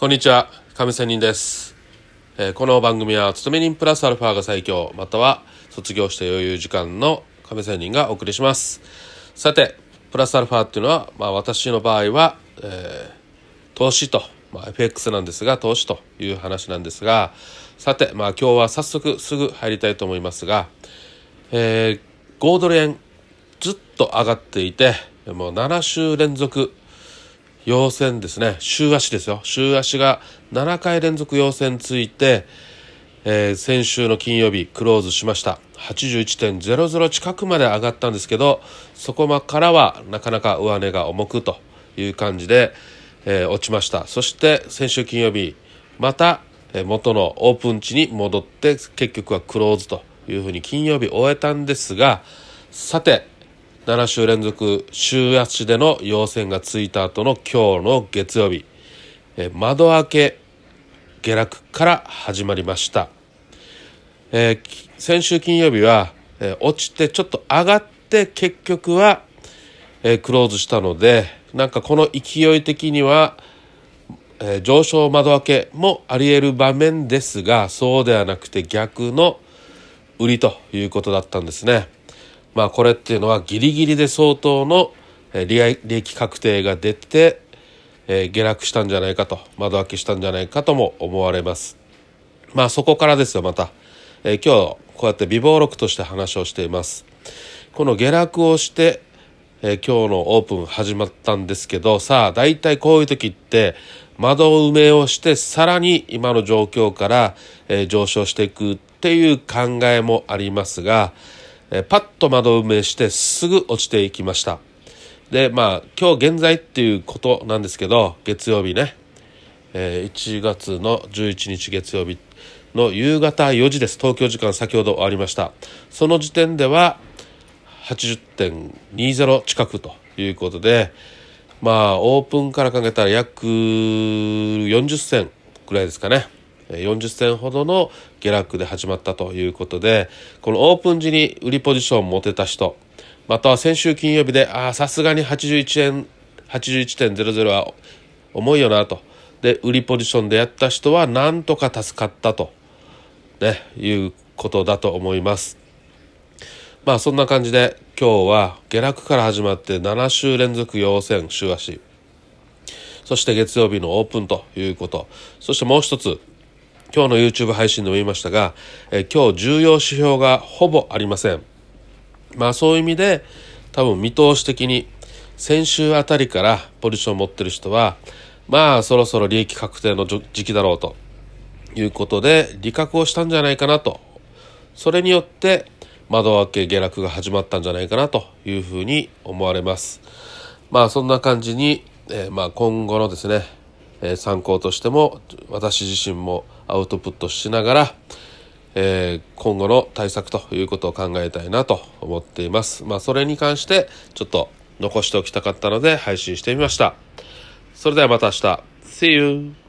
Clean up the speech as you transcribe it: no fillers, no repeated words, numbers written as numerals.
こんにちは、亀仙人です。この番組は勤め人プラスアルファが最強、または卒業して余裕時間の亀仙人がお送りします。さて、プラスアルファっていうのは、私の場合は、投資と、FX なんですが、投資という話なんですが、さて、今日は早速すぐ入りたいと思いますが、5ドル円ずっと上がっていて、もう7週連続陽線ですね。週足ですよ。週足が7回連続陽線ついて、先週の金曜日クローズしました。81.00 近くまで上がったんですけど、そこからはなかなか上値が重くという感じで、落ちました。そして先週金曜日また元のオープン地に戻って結局はクローズというふうに金曜日終えたんですが、さて7週連続週足での陽線がついた後の今日の月曜日、窓開け下落から始まりました。先週金曜日は、落ちてちょっと上がって結局は、クローズしたので、なんかこの勢い的には、上昇窓開けもあり得る場面ですが、そうではなくて逆の売りということだったんですね。これっていうのはギリギリで相当の利益確定が出て、下落したんじゃないかと、窓開けしたんじゃないかとも思われます。そこからですよ。また、今日こうやって微暴録として話をしています。この下落をして、今日のオープン始まったんですけど、さあだいたいこういう時って窓埋めをしてさらに今の状況から、上昇していくっていう考えもありますが、パッと窓埋めしてすぐ落ちていきました。で今日現在っていうことなんですけど、月曜日ね、1月の11日月曜日の夕方4時です。東京時間先ほど終わりました。その時点では 80.20 近くということで、オープンから考えたら約40銭くらいですかね。40銭ほどの下落で始まったということで、このオープン時に売りポジションを持てた人、または先週金曜日でさすがに81.00 は重いよなと、で売りポジションでやった人はなんとか助かったと、いうことだと思います。そんな感じで今日は下落から始まって7週連続陽線週足、そして月曜日のオープンということ、そしてもう一つ今日の YouTube 配信でも言いましたが、今日重要指標がほぼありません。そういう意味で多分見通し的に先週あたりからポジションを持ってる人はそろそろ利益確定の時期だろうということで利確をしたんじゃないかなと、それによって窓開け下落が始まったんじゃないかなというふうに思われます。そんな感じに、今後のですね、参考としても私自身もアウトプットしながら、今後の対策ということを考えたいなと思っています。それに関してちょっと残しておきたかったので配信してみました。それではまた明日。See you!